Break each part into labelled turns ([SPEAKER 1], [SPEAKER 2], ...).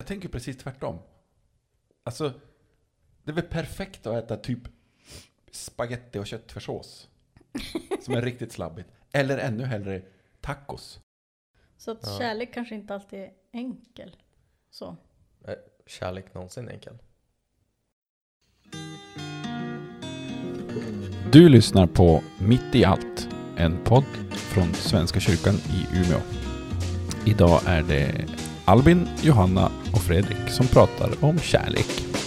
[SPEAKER 1] Jag tänker precis tvärtom. Alltså, det är väl perfekt att äta typ spaghetti och köttfärssås. Som är riktigt slabbigt. Eller ännu hellre tacos.
[SPEAKER 2] Så att kärlek kanske inte alltid är enkel. Så.
[SPEAKER 3] Är kärlek någonsin enkel?
[SPEAKER 1] Du lyssnar på Mitt i allt. En podd från Svenska kyrkan i Umeå. Idag är det Albin, Johanna och Fredrik som pratar om kärlek.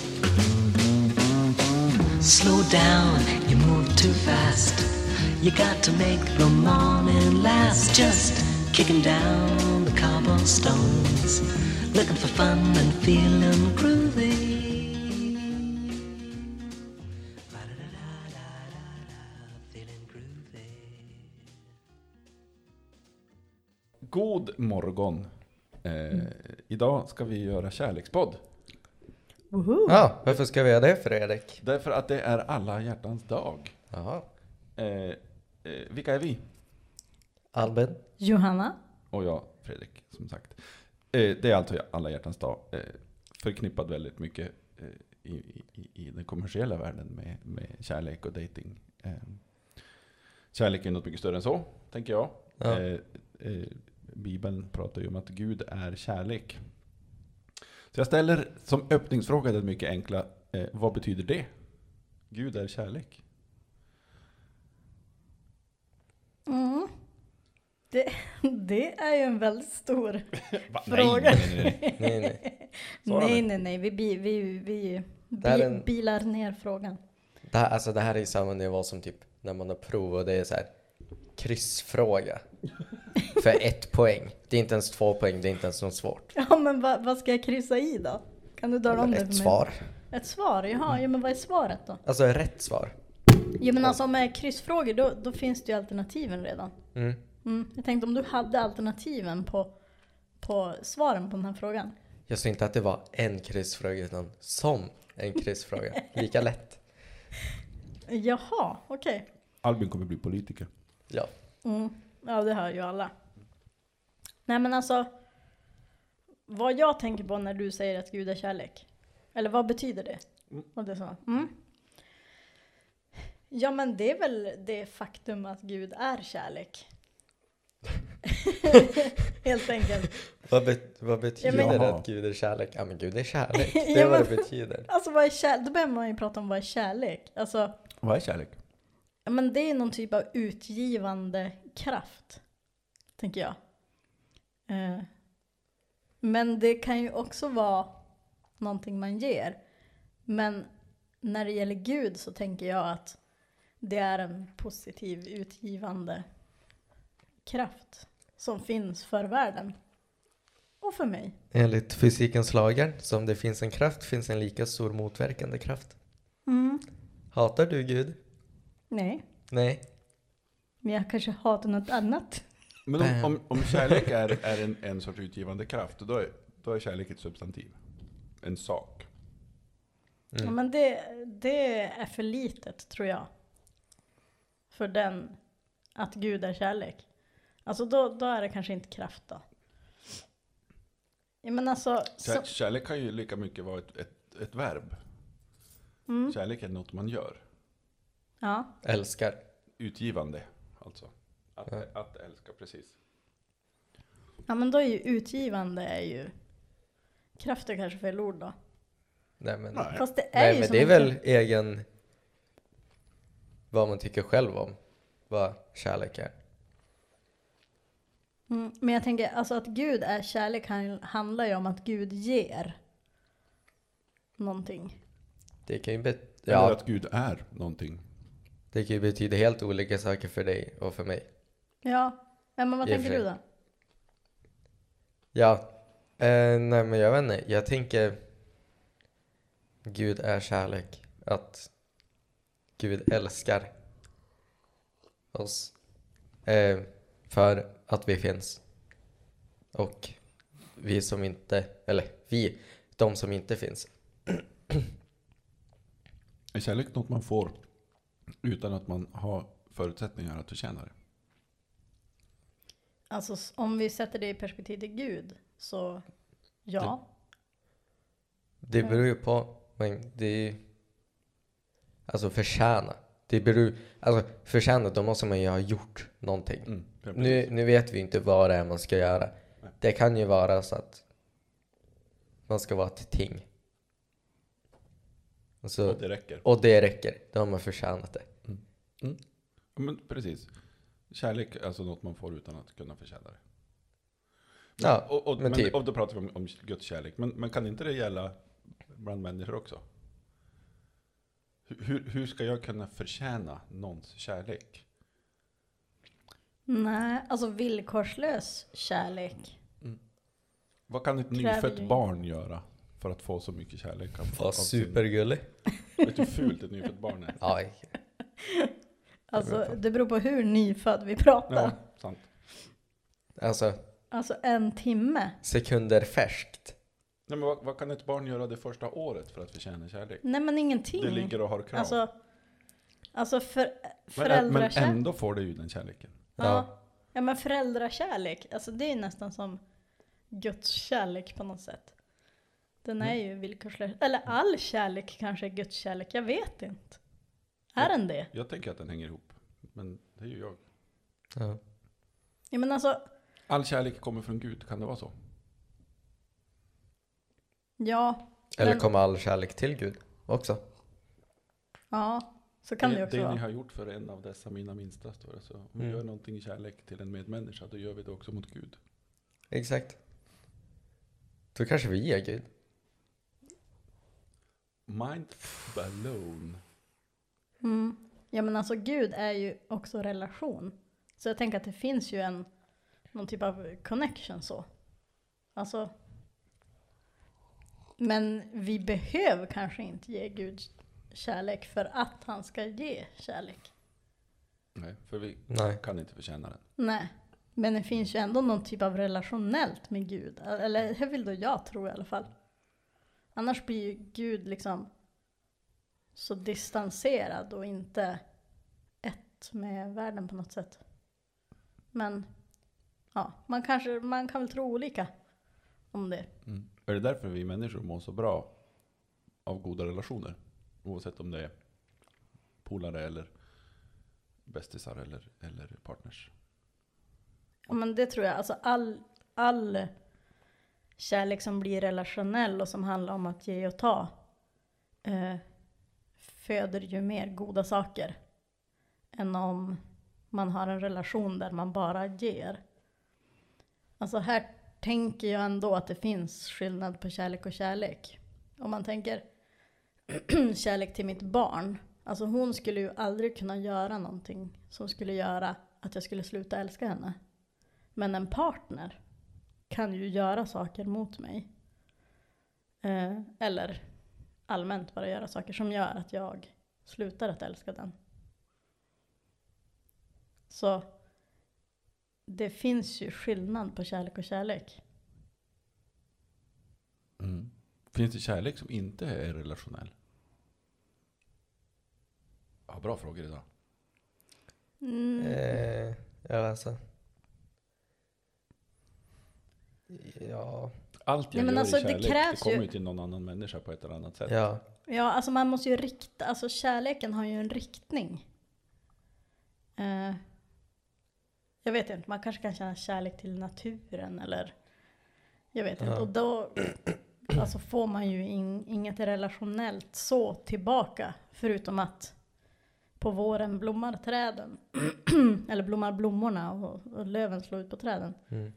[SPEAKER 4] Slow down, you move too fast. You got to make the morning last. Just kicking down the cobblestones, looking for fun and feeling groovy. Feeling groovy.
[SPEAKER 1] God morgon. Idag ska vi göra kärlekspodd.
[SPEAKER 2] Woho!
[SPEAKER 3] Ja, varför ska vi göra det, Fredrik?
[SPEAKER 1] Därför att det är alla hjärtans dag.
[SPEAKER 3] Jaha.
[SPEAKER 1] Vilka är vi?
[SPEAKER 3] Albin?
[SPEAKER 2] Johanna?
[SPEAKER 1] Och jag, Fredrik, som sagt. Det är alltså alla hjärtans dag. Förknippad väldigt mycket i den kommersiella världen med kärlek och dating. Kärlek är något mycket större än så, tänker jag.
[SPEAKER 3] Ja.
[SPEAKER 1] Bibeln pratar ju om att Gud är kärlek. Så jag ställer som öppningsfråga den mycket enkla, vad betyder det? Gud är kärlek.
[SPEAKER 2] Mm. Det är ju en väldigt stor fråga. Nej. Vi bilar ner frågan.
[SPEAKER 3] Det här är ju samma nivå som typ när man har prov och det är så här kryssfråga. För 1 poäng. Det är inte ens 2 poäng, det är inte ens något svårt.
[SPEAKER 2] Ja, men vad ska jag kryssa i då? Kan du dra om det för mig?
[SPEAKER 3] Ett svar.
[SPEAKER 2] Ett svar? Jaha, ja, men vad är svaret då?
[SPEAKER 3] Alltså rätt svar.
[SPEAKER 2] Ja, men alltså med kryssfrågor då finns det ju alternativen redan. Jag tänkte om du hade alternativen på svaren på den här frågan.
[SPEAKER 3] Jag sa inte att det var en kryssfråga utan som en kryssfråga. Lika lätt.
[SPEAKER 2] Jaha, okej.
[SPEAKER 1] Albin kommer bli politiker.
[SPEAKER 3] Ja.
[SPEAKER 2] Ja, det hör ju alla. Nej, men alltså, vad jag tänker på när du säger att Gud är kärlek. Eller vad betyder det? Och det så. Ja, men det är väl det faktum att Gud är kärlek. Helt enkelt.
[SPEAKER 3] Vad betyder det att Gud är kärlek? Ja, men Gud är kärlek. Det är vad det betyder.
[SPEAKER 2] Alltså, vad är kärlek? Då börjar man ju prata om vad är kärlek. Alltså,
[SPEAKER 1] Vad är kärlek?
[SPEAKER 2] ja, men det är någon typ av utgivande kraft, tänker jag. Men det kan ju också vara någonting man ger. Men när det gäller Gud så tänker jag att det är en positiv utgivande kraft som finns för världen. Och för mig.
[SPEAKER 3] Enligt fysikens lagar, som det finns en kraft finns en lika stor motverkande kraft. Hatar du Gud?
[SPEAKER 2] Nej.
[SPEAKER 3] Nej.
[SPEAKER 2] Men jag kanske hatar något annat.
[SPEAKER 1] Men om kärlek är en sorts utgivande kraft, då är kärlek ett substantiv. En sak.
[SPEAKER 2] Ja, men det är för litet, tror jag. För den, att Gud är kärlek. Alltså då är det kanske inte kraft då. Ja, men alltså,
[SPEAKER 1] Kärlek kan ju lika mycket vara ett verb. Kärlek är något man gör.
[SPEAKER 2] ja.
[SPEAKER 3] Älskar.
[SPEAKER 1] Utgivande, alltså. Att älska, precis.
[SPEAKER 2] Ja, men då är ju utgivande är ju kraft är kanske fel ord då.
[SPEAKER 3] Nej, men,
[SPEAKER 2] Fast det är ju
[SPEAKER 3] men
[SPEAKER 2] som
[SPEAKER 3] det är
[SPEAKER 2] en
[SPEAKER 3] väl egen vad man tycker själv om vad kärlek är.
[SPEAKER 2] Men jag tänker alltså att Gud är kärlek handlar ju om att Gud ger någonting.
[SPEAKER 3] Det kan ju
[SPEAKER 1] Eller att Gud är någonting.
[SPEAKER 3] det kan ju betyda helt olika saker för dig och för mig.
[SPEAKER 2] Ja, men vad tänker du då?
[SPEAKER 3] Ja, nej men jag vet inte. Jag tänker Gud är kärlek. Att Gud älskar oss för att vi finns. Och vi som inte, eller de som inte finns.
[SPEAKER 1] Är kärlek något man får utan att man har förutsättningar att förtjäna det?
[SPEAKER 2] Alltså om vi sätter det i perspektiv till Gud så ja.
[SPEAKER 3] Det beror ju på, men det är ju, alltså förtjäna. Det beror, alltså förtjäna, då måste man ju ha gjort någonting. Nu vet vi inte vad det är man ska göra. Det kan ju vara så att man ska vara ett ting. Så,
[SPEAKER 1] Och det räcker.
[SPEAKER 3] och det räcker. Då har man förtjänat det.
[SPEAKER 1] Ja, men precis. Kärlek är alltså något man får utan att kunna förtjäna det.
[SPEAKER 3] Ja, men typ.
[SPEAKER 1] Och då pratar vi om Guds kärlek. Men kan inte det gälla bland människor också? Hur ska jag kunna förtjäna någons kärlek?
[SPEAKER 2] Nej, alltså villkorslös kärlek.
[SPEAKER 1] Vad kan ett
[SPEAKER 2] Kräver
[SPEAKER 1] nyfött
[SPEAKER 2] ju-
[SPEAKER 1] barn göra för att få så mycket kärlek?
[SPEAKER 3] Var supergullig.
[SPEAKER 1] Vet du hur fult ett nyfött barn är?
[SPEAKER 3] Ja,
[SPEAKER 2] Alltså det beror på hur nyfödd vi pratar.
[SPEAKER 1] Ja, sant.
[SPEAKER 3] alltså
[SPEAKER 2] Alltså 1 timme.
[SPEAKER 3] sekunder färskt.
[SPEAKER 1] Nej, men vad kan ett barn göra det första året för att förtjäna kärlek?
[SPEAKER 2] Nej men ingenting.
[SPEAKER 1] Det ligger och har krav.
[SPEAKER 2] Alltså
[SPEAKER 1] men
[SPEAKER 2] föräldrakärlek.
[SPEAKER 1] ändå får det ju den kärleken.
[SPEAKER 2] Ja men föräldrakärlek. Alltså det är nästan som Guds kärlek på något sätt. Den är ju villkorslös. Eller all kärlek kanske är Guds kärlek. Jag vet inte. Är den det?
[SPEAKER 1] Jag tänker att den hänger ihop. Men det är ju jag.
[SPEAKER 3] Ja.
[SPEAKER 2] Ja men alltså.
[SPEAKER 1] All kärlek kommer från Gud, kan det vara så?
[SPEAKER 2] Ja.
[SPEAKER 3] Eller
[SPEAKER 2] men-
[SPEAKER 3] kommer all kärlek till Gud också?
[SPEAKER 2] Ja. Så kan det ju också
[SPEAKER 1] Det ni
[SPEAKER 2] vara.
[SPEAKER 1] har gjort för en av dessa mina minsta, står det. Så om vi gör någonting i kärlek till en medmänniska, då gör vi det också mot Gud.
[SPEAKER 3] Exakt. Då kanske vi ger Gud.
[SPEAKER 1] Mind blown.
[SPEAKER 2] Ja men alltså Gud är ju också relation. Så jag tänker att det finns ju någon typ av connection så. Alltså. Men vi behöver kanske inte ge Gud kärlek för att han ska ge kärlek.
[SPEAKER 1] Nej, för vi
[SPEAKER 3] Nej.
[SPEAKER 1] kan inte förtjäna den.
[SPEAKER 2] Nej. Men det finns ju ändå någon typ av relationellt med Gud. Eller det vill då jag tro i alla fall. Annars blir ju Gud liksom så distanserad och inte ett med världen på något sätt. Men ja, man kan väl tro olika om det.
[SPEAKER 1] Är det därför vi människor mår så bra av goda relationer? Oavsett om det är polare eller bästisar eller partners.
[SPEAKER 2] Ja, men det tror jag. Alltså all kärlek som blir relationell och som handlar om att ge och ta föder ju mer goda saker än om man har en relation där man bara ger. Alltså här tänker jag ändå att det finns skillnad på kärlek och kärlek. Om man tänker kärlek till mitt barn. Alltså hon skulle ju aldrig kunna göra någonting som skulle göra att jag skulle sluta älska henne. Men en partner kan ju göra saker mot mig. Eller allmänt bara göra saker som gör att jag slutar att älska den. Så det finns ju skillnad på kärlek och kärlek.
[SPEAKER 1] Finns det kärlek som inte är relationell? Ja, bra frågor idag.
[SPEAKER 3] Ja, alltså. Ja.
[SPEAKER 1] Allt jag
[SPEAKER 2] Nej, men
[SPEAKER 1] gör
[SPEAKER 2] alltså,
[SPEAKER 1] i
[SPEAKER 2] det
[SPEAKER 1] kärlek, det
[SPEAKER 2] krävs
[SPEAKER 1] kommer
[SPEAKER 2] ju-
[SPEAKER 1] ju till någon annan människa på ett eller annat sätt.
[SPEAKER 3] Ja.
[SPEAKER 2] Ja, alltså man måste ju rikta, alltså kärleken har ju en riktning. Jag vet inte, man kanske kan känna kärlek till naturen eller jag vet inte. Och då alltså får man ju inget relationellt så tillbaka förutom att på våren blommar träden eller blommar blommorna och löven slår ut på träden.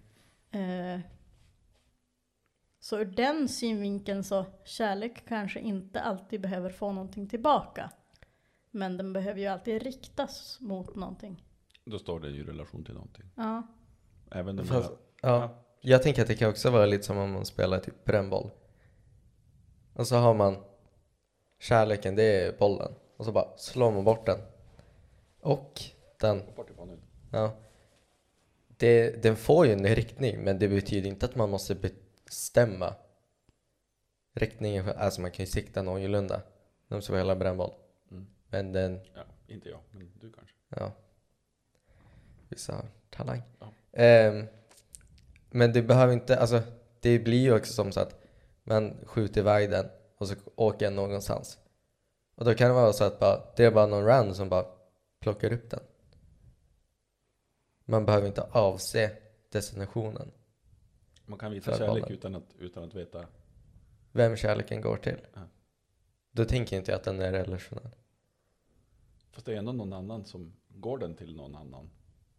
[SPEAKER 2] Så ur den synvinkeln så kärlek kanske inte alltid behöver få någonting tillbaka. Men den behöver ju alltid riktas mot någonting.
[SPEAKER 1] Då står det ju i relation till någonting.
[SPEAKER 2] Ja.
[SPEAKER 1] Även om
[SPEAKER 3] Fast, ja. Jag tänker att det kan också vara lite som om man spelar typ brännboll. Och så har man kärleken, det är bollen. Och så bara slår man bort den. Och den, ja. Den får ju en riktning, men det betyder inte att man måste bestämma riktningen. Alltså man kan ju sikta någorlunda när man spelar brännboll. Men den,
[SPEAKER 1] Ja, inte jag, men du kanske.
[SPEAKER 3] ja. Vissa har talang.
[SPEAKER 1] Ja.
[SPEAKER 3] Men det behöver inte, alltså det blir ju också som så att man skjuter iväg den och så åker jag någonstans. Och då kan det vara så att det är bara någon random som bara plockar upp den. Man behöver inte avse destinationen.
[SPEAKER 1] Man kan visa kärlek utan att veta
[SPEAKER 3] vem kärleken går till.
[SPEAKER 1] Ja.
[SPEAKER 3] Då tänker inte jag att den är relationell.
[SPEAKER 1] Fast det är ändå någon annan som går den till någon annan.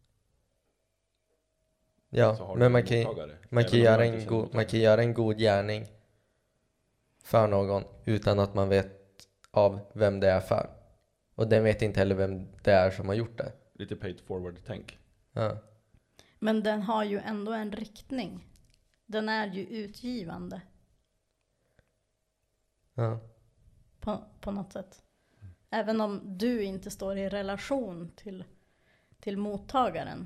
[SPEAKER 3] Ja, men man kan göra en god gärning för någon utan att man vet av vem det är för. Och den vet inte heller vem det är som har gjort det.
[SPEAKER 1] Lite paid forward-tänk.
[SPEAKER 3] Ja.
[SPEAKER 2] Men den har ju ändå en riktning. Den är ju utgivande.
[SPEAKER 3] Ja.
[SPEAKER 2] På något sätt. Även om du inte står i relation till mottagaren.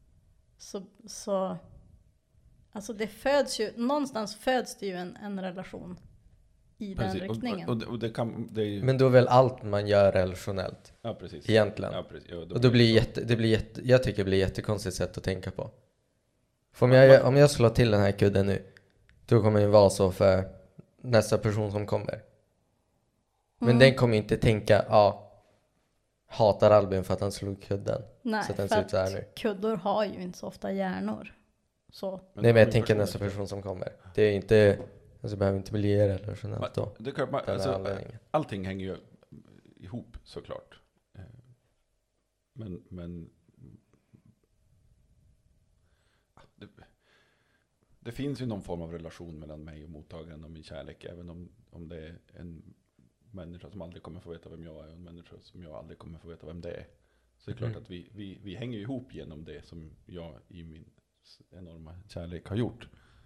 [SPEAKER 2] Så alltså någonstans föds det ju en relation i
[SPEAKER 1] Precis.
[SPEAKER 2] den riktningen.
[SPEAKER 1] Och det är ju...
[SPEAKER 3] Men då är väl allt man gör relationellt.
[SPEAKER 1] Ja, precis.
[SPEAKER 3] Egentligen.
[SPEAKER 1] Ja, precis. Jo,
[SPEAKER 3] Och då blir jag tycker det blir jättekonstigt sätt att tänka på. För om jag slår till den här kudden nu, då kommer det vara så för nästa person som kommer. Men den kommer inte tänka, hatar Albin för att han slog kudden.
[SPEAKER 2] Nej,
[SPEAKER 3] så att den
[SPEAKER 2] för
[SPEAKER 3] ser ut så här
[SPEAKER 2] att
[SPEAKER 3] nu.
[SPEAKER 2] kuddor har ju inte så ofta hjärnor. Så.
[SPEAKER 3] Nej, men jag tänker nästa person som kommer. Det är inte, alltså behöver inte bli relationellt då.
[SPEAKER 1] Det kan, allting hänger ju ihop såklart. Men det finns ju någon form av relation mellan mig och mottagaren och min kärlek, även om det är en människa som aldrig kommer få veta vem jag är och en människa som jag aldrig kommer få veta vem det är. Så det är klart att vi hänger ihop genom det som jag i min enorma kärlek har gjort.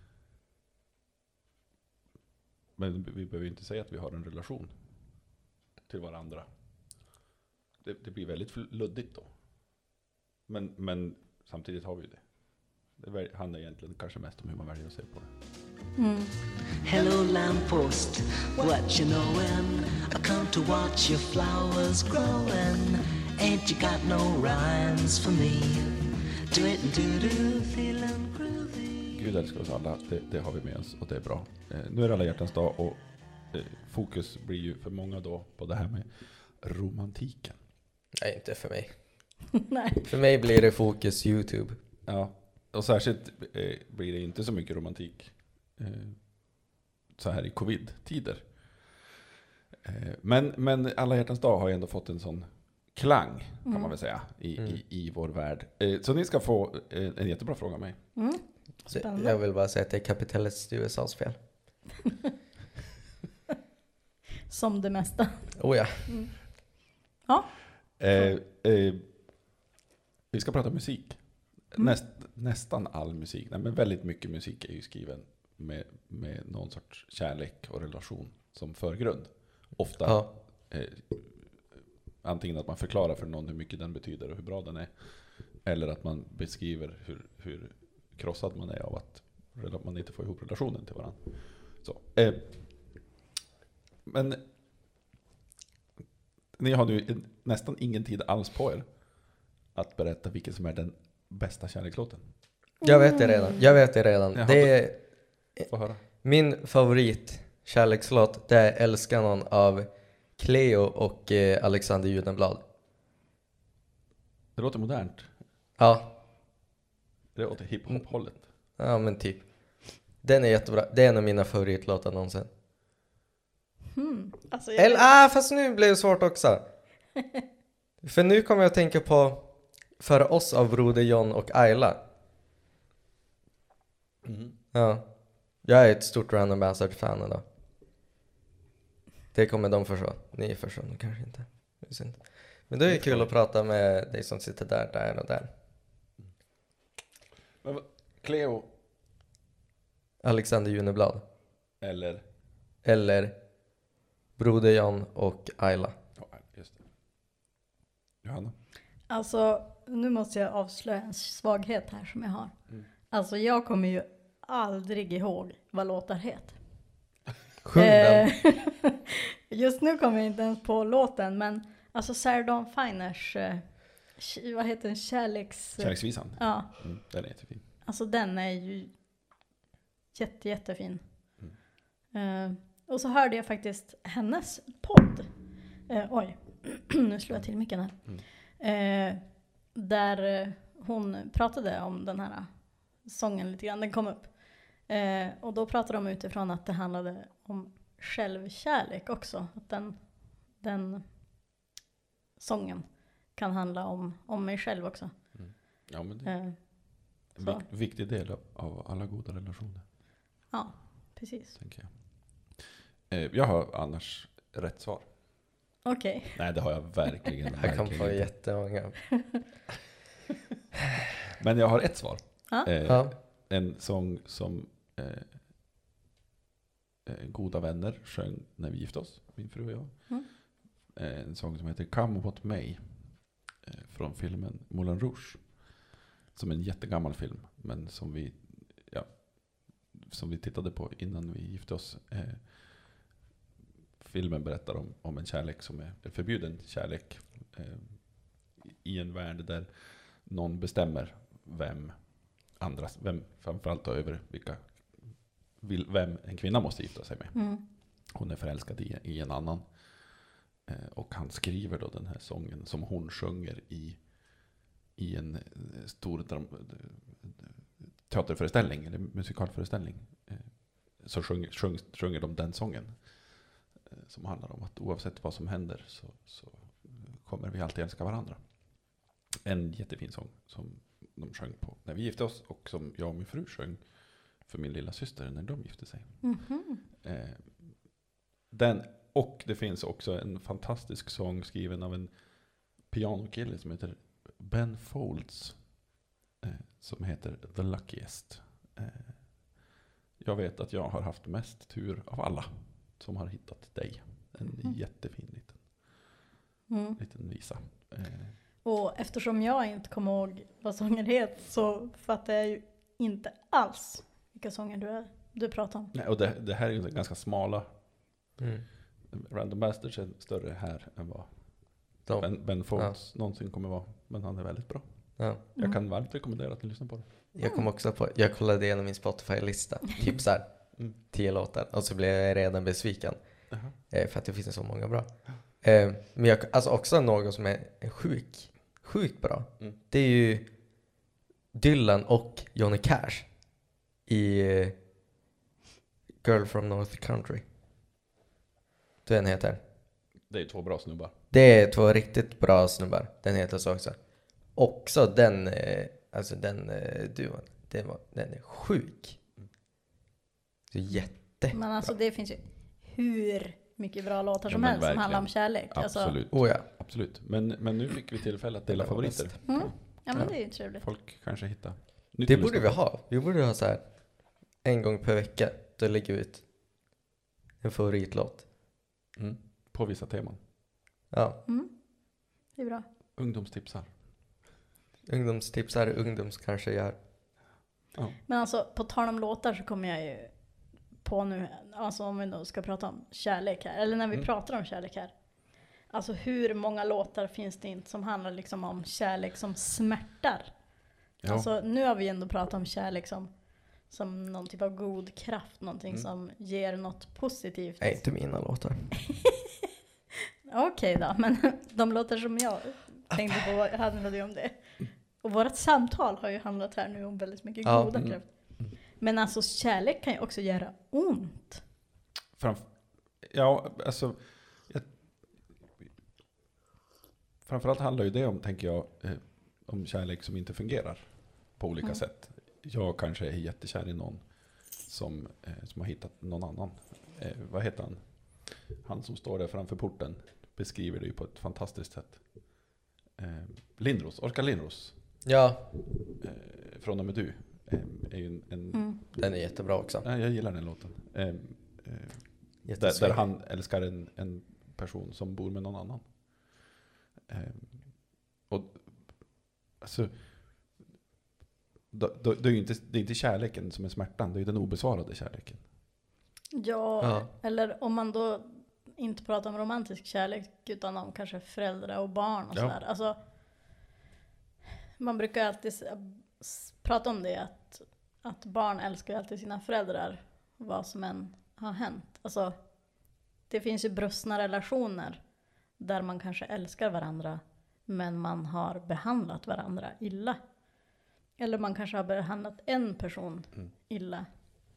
[SPEAKER 1] Men vi behöver inte säga att vi har en relation till varandra. Det blir väldigt luddigt då. Men samtidigt har vi ju det. Det handlar egentligen kanske mest om hur man väljer att se på det.
[SPEAKER 4] Hello lamppost, what you knowin'? I come to watch your flowers growin'. Ain't you got no rhymes for me? Do it do feelin' groovy.
[SPEAKER 1] Gud älskar oss alla, det har vi med oss och det är bra. Nu är det alla hjärtans dag och fokus blir ju för många då på det här med romantiken.
[SPEAKER 3] Nej, inte för mig.
[SPEAKER 2] Nej.
[SPEAKER 3] För mig blir det fokus YouTube.
[SPEAKER 1] Ja, och särskilt blir det inte så mycket romantik så här i covid-tider. Men alla hjärtans dag har ju ändå fått en sån klang, kan man väl säga, i vår värld. Så ni ska få en jättebra fråga av mig.
[SPEAKER 3] Jag vill bara säga att det är kapitalistiskt USAs fel.
[SPEAKER 2] Som det mesta.
[SPEAKER 3] Oh ja.
[SPEAKER 2] Ja.
[SPEAKER 1] Vi ska prata musik. Nästan all musik, men väldigt mycket musik är ju skriven med någon sorts kärlek och relation som förgrund. Ofta antingen att man förklarar för någon hur mycket den betyder och hur bra den är, eller att man beskriver hur krossad man är av att man inte får ihop relationen till varandra. Så, men ni har nu nästan ingen tid alls på er att berätta vilken som är den bästa kärlekslåten.
[SPEAKER 3] Jag vet det redan.
[SPEAKER 1] Jaha,
[SPEAKER 3] det är
[SPEAKER 1] få höra.
[SPEAKER 3] min favorit kärlekslåt. Det är Älskar någon av Cleo och Alexander Judenblad.
[SPEAKER 1] Det låter modernt.
[SPEAKER 3] Ja.
[SPEAKER 1] Det låter hiphop-hållet.
[SPEAKER 3] Ja, men typ. Den är jättebra. Det är en av mina favoritlåtar någonsin.
[SPEAKER 2] Alltså,
[SPEAKER 3] Fast nu blev det svårt också. För nu kommer jag att tänka på För oss av Broder John och Ayla. Ja. Jag är ett stort Random Bastard-fan idag. Det kommer de förstå. Ni förstår nog kanske inte. Men det är kul att prata med dig som sitter där och där.
[SPEAKER 1] Men Cleo
[SPEAKER 3] Alexander Juneblad.
[SPEAKER 1] eller
[SPEAKER 3] Broder John och Ayla.
[SPEAKER 1] ja, just det. Johanna.
[SPEAKER 2] Alltså, nu måste jag avslöja en svaghet här som jag har. Alltså, jag kommer ju aldrig ihåg vad låtar heter.
[SPEAKER 3] Sjung den.
[SPEAKER 2] Just nu kommer jag inte ens på låten, men alltså Sarah Dawn Finers, vad heter den?
[SPEAKER 1] Kärleksvisan.
[SPEAKER 2] Ja.
[SPEAKER 1] Den är jättefin.
[SPEAKER 2] Alltså den är ju jättefin. Och så hörde jag faktiskt hennes podd. Oj, nu slår jag till micken här. Där hon pratade om den här sången lite grann. Den kom upp. Och då pratade de utifrån att det handlade om självkärlek också. Att den sången kan handla om mig själv också.
[SPEAKER 1] Ja, men det är en viktig del av alla goda relationer.
[SPEAKER 2] Ja, precis.
[SPEAKER 1] Tänker jag. Jag har annars rätt svar.
[SPEAKER 2] Okej.
[SPEAKER 1] Nej, det har jag verkligen.
[SPEAKER 3] Jag kan få jättemånga.
[SPEAKER 1] Men jag har ett svar.
[SPEAKER 2] Ja.
[SPEAKER 1] En sång som goda vänner sjöng när vi gifte oss, min fru och jag. En sång som heter Come What May från filmen Moulin Rouge. Som en jättegammal film, men som vi tittade på innan vi gifte oss. Filmen berättar om en kärlek som är förbjuden kärlek i en värld där någon bestämmer vem framförallt över vem en kvinna måste gifta sig med. Hon är förälskad i en annan. Och han skriver då den här sången som hon sjunger i en stor teaterföreställning eller musikalföreställning. Så sjunger de den sången som handlar om att oavsett vad som händer så kommer vi alltid älska varandra. En jättefin sång som de sjöng på när vi gifte oss och som jag och min fru sjöng för min lilla syster när de gifte sig. Och det finns också en fantastisk sång skriven av en pianokille som heter Ben Folds som heter The Luckiest. Jag vet att jag har haft mest tur av alla som har hittat dig. En jättefin liten visa.
[SPEAKER 2] Och eftersom jag inte kommer ihåg vad sången heter så fattar jag ju inte alls vilka sånger du pratar om.
[SPEAKER 1] Nej, och det här är ju ganska smala. Random Bastards är större här än vad Ben Folds någonsin kommer vara. Men han är väldigt bra. Ja. Jag kan varmt rekommendera att ni lyssnar på det.
[SPEAKER 3] Jag kollade igenom min Spotify-lista. Typ så här 10 låtar. Och så blev jag redan besviken. För att det finns så många bra. Men alltså också något som är sjukt bra. Det är ju Dylan och Johnny Cash i Girl from North Country. Den heter.
[SPEAKER 1] Det är 2 bra snubbar.
[SPEAKER 3] Det är 2 riktigt bra snubbar. Den heter så också. Också den duon. Den är sjuk. Så
[SPEAKER 2] Men alltså det finns ju hur mycket bra låtar som helst som handlar om kärlek.
[SPEAKER 1] Absolut.
[SPEAKER 2] Alltså.
[SPEAKER 1] Absolut. Men nu fick vi tillfälle att dela favoriter.
[SPEAKER 2] Ja, men det är ju trevligt.
[SPEAKER 1] Folk kanske hittar.
[SPEAKER 3] Det borde vi ha. Vi borde ha så här en gång per vecka. Då lägger vi ut en favoritlåt.
[SPEAKER 1] På vissa teman.
[SPEAKER 3] Ja.
[SPEAKER 2] Det är bra.
[SPEAKER 1] Ungdomstipsar,
[SPEAKER 3] kanske gör.
[SPEAKER 2] Ja. Men alltså på tal om låtar så kommer jag ju på nu, alltså om vi då ska prata om kärlek här, eller när vi pratar om kärlek här. Alltså hur många låtar finns det inte som handlar liksom om kärlek som smärtar? Ja. Alltså nu har vi ändå pratat om kärlek som någon typ av god kraft, någonting som ger något positivt.
[SPEAKER 3] Nej, inte mina låtar.
[SPEAKER 2] Okej då, men de låtar som jag tänkte på handlade ju om det. Och vårt samtal har ju handlat här nu om väldigt mycket goda kraft. Men alltså kärlek kan ju också göra ont.
[SPEAKER 1] Framförallt handlar ju det om, tänker jag, om kärlek som inte fungerar på olika sätt. Jag kanske är jättekär i någon som har hittat någon annan. Vad heter han? Han som står där framför porten beskriver det ju på ett fantastiskt sätt. Oskar Lindros.
[SPEAKER 3] Ja.
[SPEAKER 1] Från och med du. Är ju
[SPEAKER 3] Den är jättebra också.
[SPEAKER 1] Jag gillar den låten. Där han älskar en person som bor med någon annan. Och alltså det är inte kärleken som är smärtan, det är den obesvarade kärleken.
[SPEAKER 2] Ja, eller om man då inte pratar om romantisk kärlek utan om kanske föräldrar och barn och sådär. Alltså, man brukar alltid prata om det att barn älskar alltid sina föräldrar vad som än har hänt. Alltså, det finns ju brustna relationer där man kanske älskar varandra men man har behandlat varandra illa. Eller man kanske har behandlat en person illa.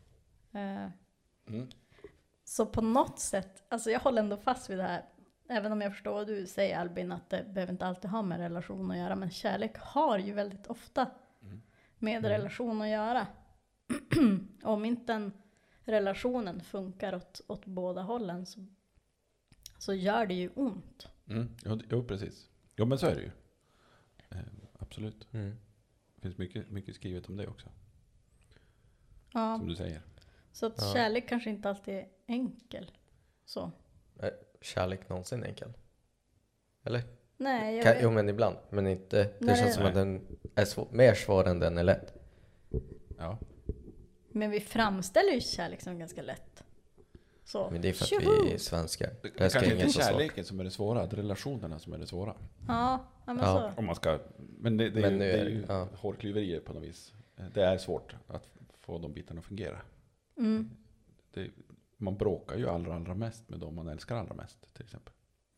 [SPEAKER 2] Så på något sätt, alltså jag håller ändå fast vid det här. Även om jag förstår vad du säger, Albin, att det behöver inte alltid ha med relation att göra. Men kärlek har ju väldigt ofta med relation att göra. Om inte den relationen funkar åt båda hållen så gör det ju ont.
[SPEAKER 1] Jo, precis. Jo, men så är det ju. Absolut. Det finns mycket skrivet om det också.
[SPEAKER 2] Ja.
[SPEAKER 1] Som du säger.
[SPEAKER 2] Så att kärlek kanske inte alltid är enkel. Så.
[SPEAKER 3] Är kärlek någonsin enkel? Eller?
[SPEAKER 2] Nej, jag vet.
[SPEAKER 3] Jo, men ibland. Men inte. Det
[SPEAKER 2] Nej,
[SPEAKER 3] känns som att den är mer svår än den är lätt.
[SPEAKER 1] Ja.
[SPEAKER 2] Men vi framställer ju kärlek som ganska lätt. Så.
[SPEAKER 3] Men det är för att
[SPEAKER 2] Tjoho!
[SPEAKER 3] vi är svenskar.
[SPEAKER 1] Det
[SPEAKER 3] Det ska
[SPEAKER 1] kanske
[SPEAKER 3] inget
[SPEAKER 1] inte
[SPEAKER 3] så svårt.
[SPEAKER 1] kärleken som är det svåra, det är relationerna som är det svåra.
[SPEAKER 2] Ja, men
[SPEAKER 3] Ja.
[SPEAKER 2] så.
[SPEAKER 1] Om man ska, men det är
[SPEAKER 3] Men
[SPEAKER 1] ju,
[SPEAKER 3] nu
[SPEAKER 1] det
[SPEAKER 3] är
[SPEAKER 1] är ju
[SPEAKER 3] det- ja.
[SPEAKER 1] hårklyverier på något vis. Det är svårt att få de bitarna att fungera. Man bråkar ju allra mest med dem man älskar allra mest, till exempel.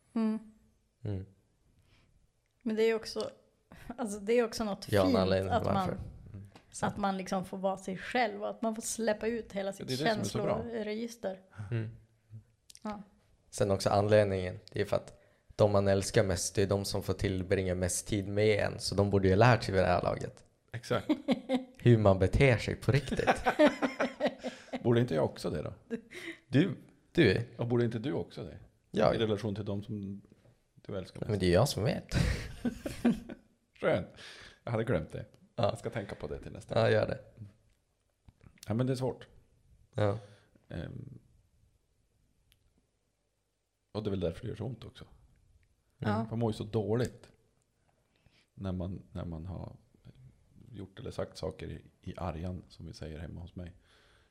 [SPEAKER 2] Men det är också, alltså det är också något
[SPEAKER 3] Ja, en
[SPEAKER 2] fint
[SPEAKER 3] anledning
[SPEAKER 2] att
[SPEAKER 3] varför.
[SPEAKER 2] att man liksom får vara sig själv och att man får släppa ut hela sitt
[SPEAKER 1] det är det som är så bra.
[SPEAKER 2] känsloregister. Ja.
[SPEAKER 3] Sen också anledningen, det är för att de man älskar mest, det är de som får tillbringa mest tid med en. Så de borde ju ha lärt sig vid det här laget.
[SPEAKER 1] Exakt.
[SPEAKER 3] Hur man beter sig på riktigt.
[SPEAKER 1] Borde inte jag också det då?
[SPEAKER 3] Du?
[SPEAKER 1] Och borde inte du också det?
[SPEAKER 3] Ja,
[SPEAKER 1] I relation till dem som du älskar mest.
[SPEAKER 3] men det är jag som vet.
[SPEAKER 1] Skönt. Jag hade glömt det.
[SPEAKER 3] Ja.
[SPEAKER 1] Jag ska tänka på det till nästa gång.
[SPEAKER 3] Ja, gör det.
[SPEAKER 1] Ja, men det är svårt.
[SPEAKER 3] Ja.
[SPEAKER 1] Och det är väl därför det gör så ont också.
[SPEAKER 2] Ja.
[SPEAKER 1] Man mår ju så dåligt när man har gjort eller sagt saker i argan, som vi säger hemma hos mig,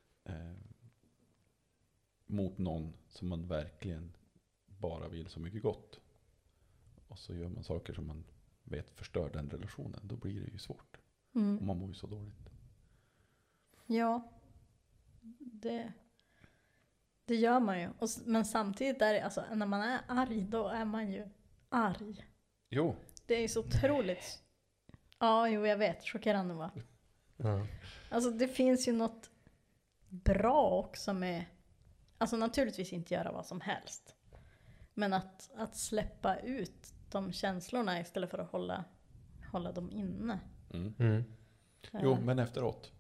[SPEAKER 1] mot någon som man verkligen bara vill så mycket gott. Och så gör man saker som man vet förstör den relationen. Då blir det ju svårt. Och man mår ju så dåligt.
[SPEAKER 2] Ja, det gör man ju. Men samtidigt är det, alltså, när man är arg, då är man ju arg.
[SPEAKER 1] Jo.
[SPEAKER 2] Det är ju så otroligt. Ja, jo, jag vet. Chockerande, va?
[SPEAKER 3] Ja.
[SPEAKER 2] Alltså det finns ju något bra också med, alltså naturligtvis inte göra vad som helst. Men att släppa ut de känslorna istället för att hålla dem inne.
[SPEAKER 1] Jo, men efteråt.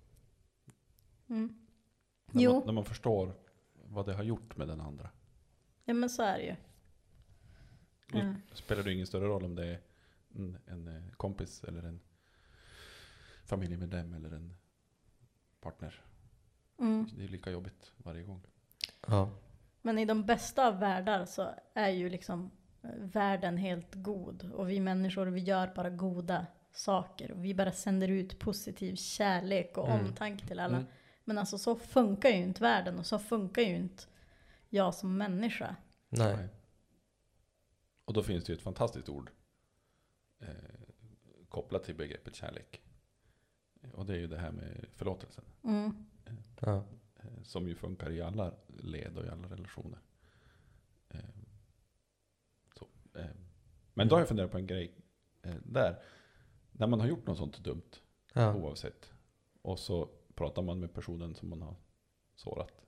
[SPEAKER 1] När man förstår vad det har gjort med den andra.
[SPEAKER 2] Ja, men så är det ju.
[SPEAKER 1] Då spelar det ingen större roll om det är en kompis eller en familjemedlem eller en partner. Det är lika jobbigt varje gång.
[SPEAKER 3] Ja.
[SPEAKER 2] Men i de bästa av världar så är ju liksom världen helt god. Och vi människor, vi gör bara goda saker. Och vi bara sänder ut positiv kärlek och omtanke till alla. Men alltså så funkar ju inte världen. Och så funkar ju inte jag som människa.
[SPEAKER 3] Nej.
[SPEAKER 1] Och då finns det ju ett fantastiskt ord kopplat till begreppet kärlek. Och det är ju det här med förlåtelsen.
[SPEAKER 3] Ja.
[SPEAKER 1] Som ju funkar i alla led och i alla relationer. Men då har jag funderat på en grej där. När man har gjort något sånt dumt,
[SPEAKER 3] Ja.
[SPEAKER 1] oavsett. Och så pratar man med personen som man har sårat.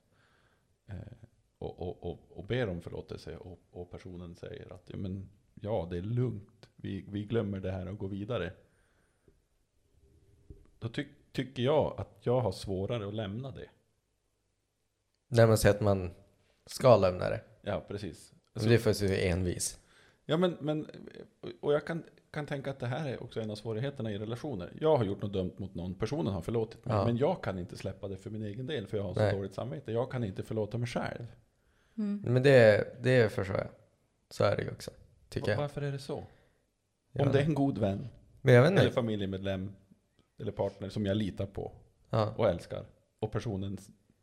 [SPEAKER 1] Och ber om förlåtelse. Och personen säger att ja, det är lugnt. Vi glömmer det här och går vidare. Då tycker jag att jag har svårare att lämna det.
[SPEAKER 3] När man säger att man ska lämna det.
[SPEAKER 1] Ja, precis.
[SPEAKER 3] Men det är för att du är envis.
[SPEAKER 1] Ja, men och jag kan tänka att det här är också en av svårigheterna i relationer. Jag har gjort något dumt mot någon, personen har förlåtit mig.
[SPEAKER 3] Ja.
[SPEAKER 1] Men jag kan inte släppa det för min egen del, för jag har så
[SPEAKER 3] Nej.
[SPEAKER 1] dåligt samvete. Jag kan inte förlåta mig själv.
[SPEAKER 3] Men det förstår jag. Så är det ju också, tycker jag.
[SPEAKER 1] Varför är det så?
[SPEAKER 3] Ja.
[SPEAKER 1] Om det är en god vän,
[SPEAKER 3] Men jag vet
[SPEAKER 1] eller
[SPEAKER 3] inte.
[SPEAKER 1] familjemedlem, eller partner som jag litar på
[SPEAKER 3] Ja.
[SPEAKER 1] och älskar, och personen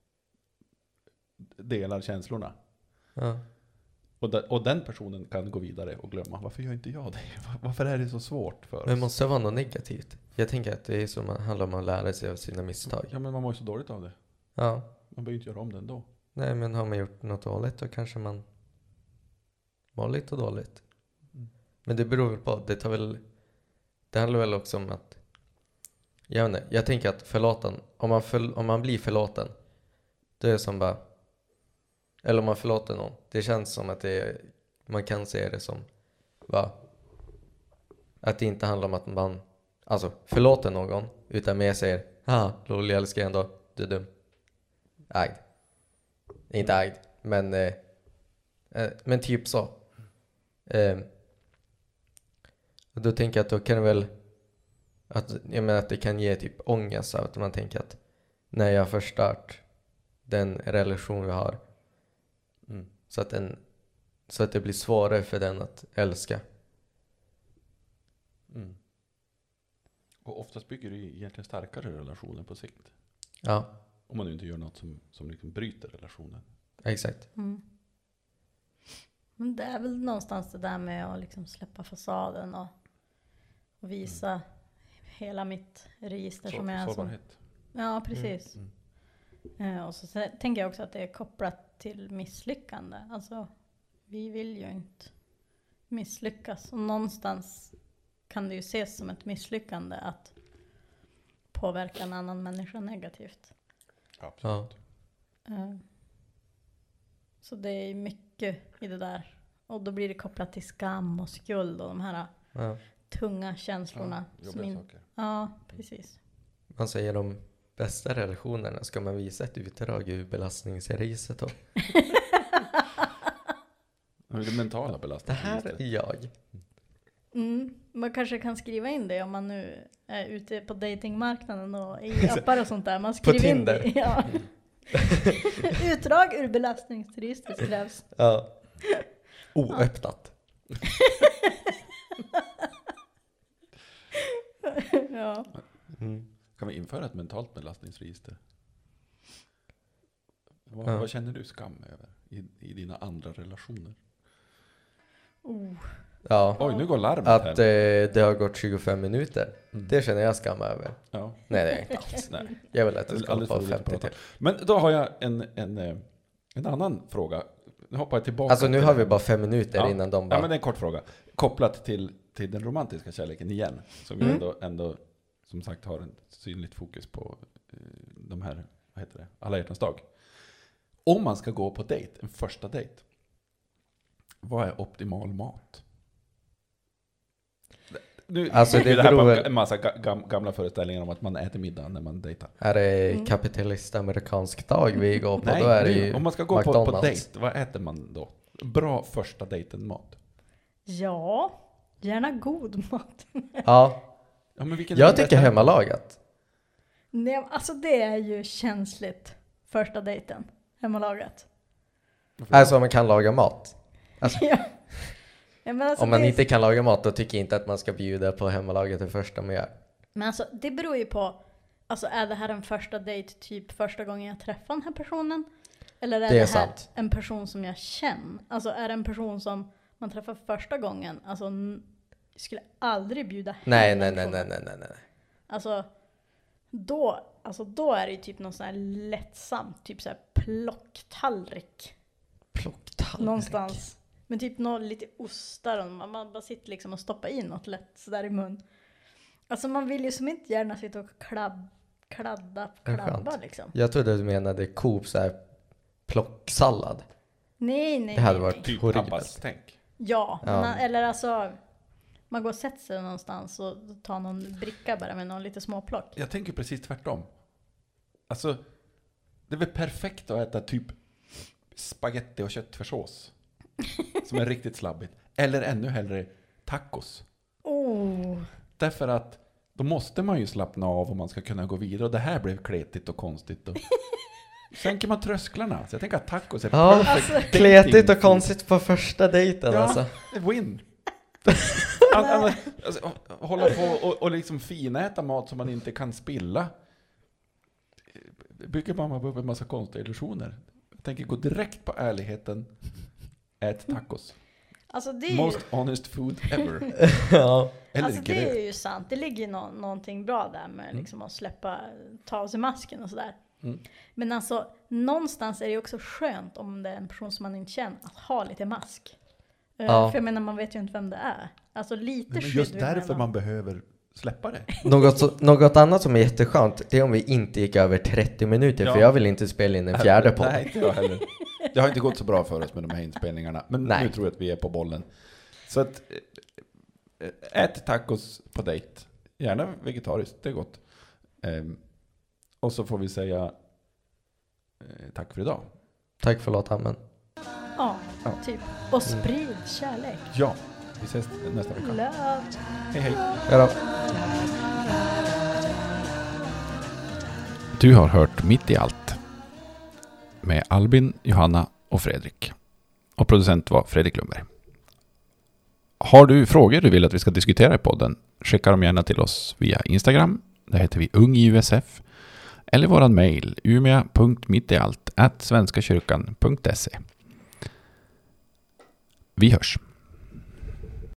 [SPEAKER 1] delar känslorna.
[SPEAKER 3] Ja.
[SPEAKER 1] Och den personen kan gå vidare och glömma. Varför gör inte jag det? Varför är det så svårt för oss?
[SPEAKER 3] Men måste det vara något negativt? Jag tänker att det är som handlar om att lära sig av sina misstag.
[SPEAKER 1] Ja, men man mår ju så dåligt av det.
[SPEAKER 3] Ja.
[SPEAKER 1] Man behöver ju inte göra om det ändå.
[SPEAKER 3] Nej, men har man gjort något dåligt då kanske man mår lite dåligt. Men det beror väl på. Det handlar väl också om att jag tänker att förlåten, om man blir förlåten, det är som bara, eller om man förlåter någon, det känns som att man kan se det som att det inte handlar om att man förlåter någon, utan mer säger lol, jag älskar ändå, du är dum, ägd, inte ägd, men typ så. Och då tänker jag att då kan det väl att det kan ge typ ångest av att man tänker att när jag har förstört den relation vi har, så att det blir svårare för den att älska.
[SPEAKER 1] Och oftast bygger det egentligen starkare relationer på sikt.
[SPEAKER 3] Ja,
[SPEAKER 1] Om man nu inte gör något som liksom bryter relationen.
[SPEAKER 3] exakt.
[SPEAKER 2] Men det är väl någonstans det där med att liksom släppa fasaden och visa hela mitt register som jag är.
[SPEAKER 1] Sårbarhet.
[SPEAKER 2] Ja, precis. Och så tänker jag också att det är kopplat till misslyckande. Alltså, vi vill ju inte misslyckas. Och någonstans kan det ju ses som ett misslyckande att påverka en annan människa negativt.
[SPEAKER 1] Absolut.
[SPEAKER 2] Så det är mycket i det där. Och då blir det kopplat till skam och skuld och de här tunga känslorna.
[SPEAKER 1] Jobbiga saker.
[SPEAKER 2] Ja, precis.
[SPEAKER 3] Man säger de bästa relationerna ska man visa ett utdrag ur belastningsregistret då.
[SPEAKER 1] Det mentala
[SPEAKER 3] Det
[SPEAKER 1] belastningen.
[SPEAKER 3] här är jag.
[SPEAKER 2] Man kanske kan skriva in det om man nu är ute på datingmarknaden och i appar och sånt där. Man skriver in
[SPEAKER 3] Tinder.
[SPEAKER 2] det. Ja. Utdrag ur belastningsregistret krävs.
[SPEAKER 3] Ja. Oöppnat.
[SPEAKER 2] Ja.
[SPEAKER 1] Kan vi införa ett mentalt belastningsregister? Vad känner du skam över i dina andra relationer?
[SPEAKER 3] Ja.
[SPEAKER 1] Oj, nu går larmet
[SPEAKER 3] Att
[SPEAKER 1] här.
[SPEAKER 3] det har gått 25 minuter. Det känner jag skam över.
[SPEAKER 1] Ja.
[SPEAKER 3] Nej, det är inte alls.
[SPEAKER 1] Nej.
[SPEAKER 3] Jag vill att det ska
[SPEAKER 1] Alldeles för
[SPEAKER 3] vara
[SPEAKER 1] roligt att
[SPEAKER 3] 50
[SPEAKER 1] prata.
[SPEAKER 3] till.
[SPEAKER 1] Men då har jag en annan fråga. Nu hoppar jag tillbaka.
[SPEAKER 3] Alltså nu
[SPEAKER 1] till
[SPEAKER 3] har
[SPEAKER 1] det.
[SPEAKER 3] vi bara 5 minuter innan de bara...
[SPEAKER 1] Ja, men det är en kort fråga. Kopplat till den romantiska kärleken igen. Som ju ändå som sagt har en synligt fokus på de här, vad heter det? Alla hjärtans dag. Om man ska gå på dejt, en första dejt. Vad är optimal mat? Nu
[SPEAKER 3] Alltså, det
[SPEAKER 1] det här
[SPEAKER 3] beror
[SPEAKER 1] på
[SPEAKER 3] väl-
[SPEAKER 1] en massa gamla föreställningar om att man äter middag när man dejtar.
[SPEAKER 3] Är det kapitalist-amerikansk dag vi går på?
[SPEAKER 1] Nej,
[SPEAKER 3] då är det
[SPEAKER 1] nej,
[SPEAKER 3] ju
[SPEAKER 1] om man ska gå på
[SPEAKER 3] McDonald's.
[SPEAKER 1] dejt, vad äter man då? Bra första dejten-mat.
[SPEAKER 2] Ja, gärna god mat.
[SPEAKER 3] Ja,
[SPEAKER 1] Ja, men vilken
[SPEAKER 3] jag tycker hemmalagat.
[SPEAKER 2] Nej, alltså det är ju känsligt. Första dejten. Hemmalagat.
[SPEAKER 3] Alltså om man kan laga mat.
[SPEAKER 2] Ja. Ja, men alltså
[SPEAKER 3] Om man
[SPEAKER 2] det-
[SPEAKER 3] inte kan laga mat, då tycker jag inte att man ska bjuda på hemmalaget det första man gör.
[SPEAKER 2] Men alltså det beror ju på. Alltså är det här en första dejt typ första gången jag träffar den här personen? Eller är
[SPEAKER 3] Det är
[SPEAKER 2] det här
[SPEAKER 3] sant.
[SPEAKER 2] en person som jag känner? Alltså är det en person som man träffar första gången? Alltså skulle aldrig bjuda hem
[SPEAKER 3] Nej,
[SPEAKER 2] den
[SPEAKER 3] nej,
[SPEAKER 2] personen.
[SPEAKER 3] nej.
[SPEAKER 2] Alltså då är det ju typ någon sån här lättsamt, typ så här plocktallrik
[SPEAKER 3] Plocktallrik.
[SPEAKER 2] någonstans. Men typ lite ostar och man bara sitter liksom och stoppar in något lätt sådär i mun. Alltså man vill ju som inte gärna sitta och klabba
[SPEAKER 3] skönt.
[SPEAKER 2] liksom.
[SPEAKER 3] Jag trodde du menade Coop så här plocksallad.
[SPEAKER 2] Nej.
[SPEAKER 3] Det hade
[SPEAKER 2] nej.
[SPEAKER 3] varit
[SPEAKER 1] Typ
[SPEAKER 3] horribelt.
[SPEAKER 1] pappas tänk.
[SPEAKER 2] Ja,
[SPEAKER 3] Ja.
[SPEAKER 2] eller alltså man går och sätter sig någonstans och tar någon bricka bara med någon lite småplock.
[SPEAKER 1] Jag tänker precis tvärtom. Alltså, det är väl perfekt att äta typ spaghetti och köttfärssås. Som är riktigt slabbigt. Eller ännu hellre tacos. Därför att då måste man ju slappna av om man ska kunna gå vidare. Och det här blev kletigt och konstigt. Och sänker man trösklarna. Så jag tänker att tacos är
[SPEAKER 3] Ja,
[SPEAKER 1] perfect dating
[SPEAKER 3] kletigt och
[SPEAKER 1] food.
[SPEAKER 3] konstigt på första dejten
[SPEAKER 1] Ja,
[SPEAKER 3] alltså.
[SPEAKER 1] win. Alltså, hålla på och liksom finäta mat som man inte kan spilla. Bygger man upp en massa konstiga illusioner. Jag tänker gå direkt på ärligheten. Ät tacos.
[SPEAKER 2] Alltså det är ju,
[SPEAKER 1] Most honest food ever.
[SPEAKER 3] Ja.
[SPEAKER 1] Eller
[SPEAKER 2] alltså det
[SPEAKER 1] gröt.
[SPEAKER 2] är ju sant. Det ligger ju någonting bra där med liksom att ta av sig masken och sådär.
[SPEAKER 1] Mm.
[SPEAKER 2] Men alltså någonstans är det ju också skönt om det är en person som man inte känner att ha lite mask
[SPEAKER 3] Ja.
[SPEAKER 2] För jag menar, man vet ju inte vem det är. Alltså lite
[SPEAKER 1] Men
[SPEAKER 2] skydd
[SPEAKER 1] just
[SPEAKER 2] vill
[SPEAKER 1] därför
[SPEAKER 2] man ha.
[SPEAKER 1] man behöver släppa det.
[SPEAKER 3] Något annat som är jätteskönt, det är om vi inte gick över 30 minuter,
[SPEAKER 1] Ja.
[SPEAKER 3] för jag vill inte spela in en fjärde podd.
[SPEAKER 1] Nej, inte jag heller. Det har inte gått så bra för oss med de här inspelningarna. Men
[SPEAKER 3] Nej.
[SPEAKER 1] nu tror jag att vi är på bollen. Så att ät tacos på dejt. Gärna vegetariskt, det är gott. Och så får vi säga tack för idag.
[SPEAKER 3] Tack för låten.
[SPEAKER 2] Ja,
[SPEAKER 1] Ja.
[SPEAKER 2] typ. Och sprid kärlek.
[SPEAKER 1] Ja, vi ses nästa vecka.
[SPEAKER 2] Love.
[SPEAKER 1] Hej hej.
[SPEAKER 3] Hejdå.
[SPEAKER 1] Du har hört Mitt i allt med Albin, Johanna och Fredrik. Och producent var Fredrik Lundberg. Har du frågor du vill att vi ska diskutera i podden, skicka dem gärna till oss via Instagram. Där heter vi ungiusf. Eller våran mejl umea.mittiallt@svenskakyrkan.se. Vi hörs.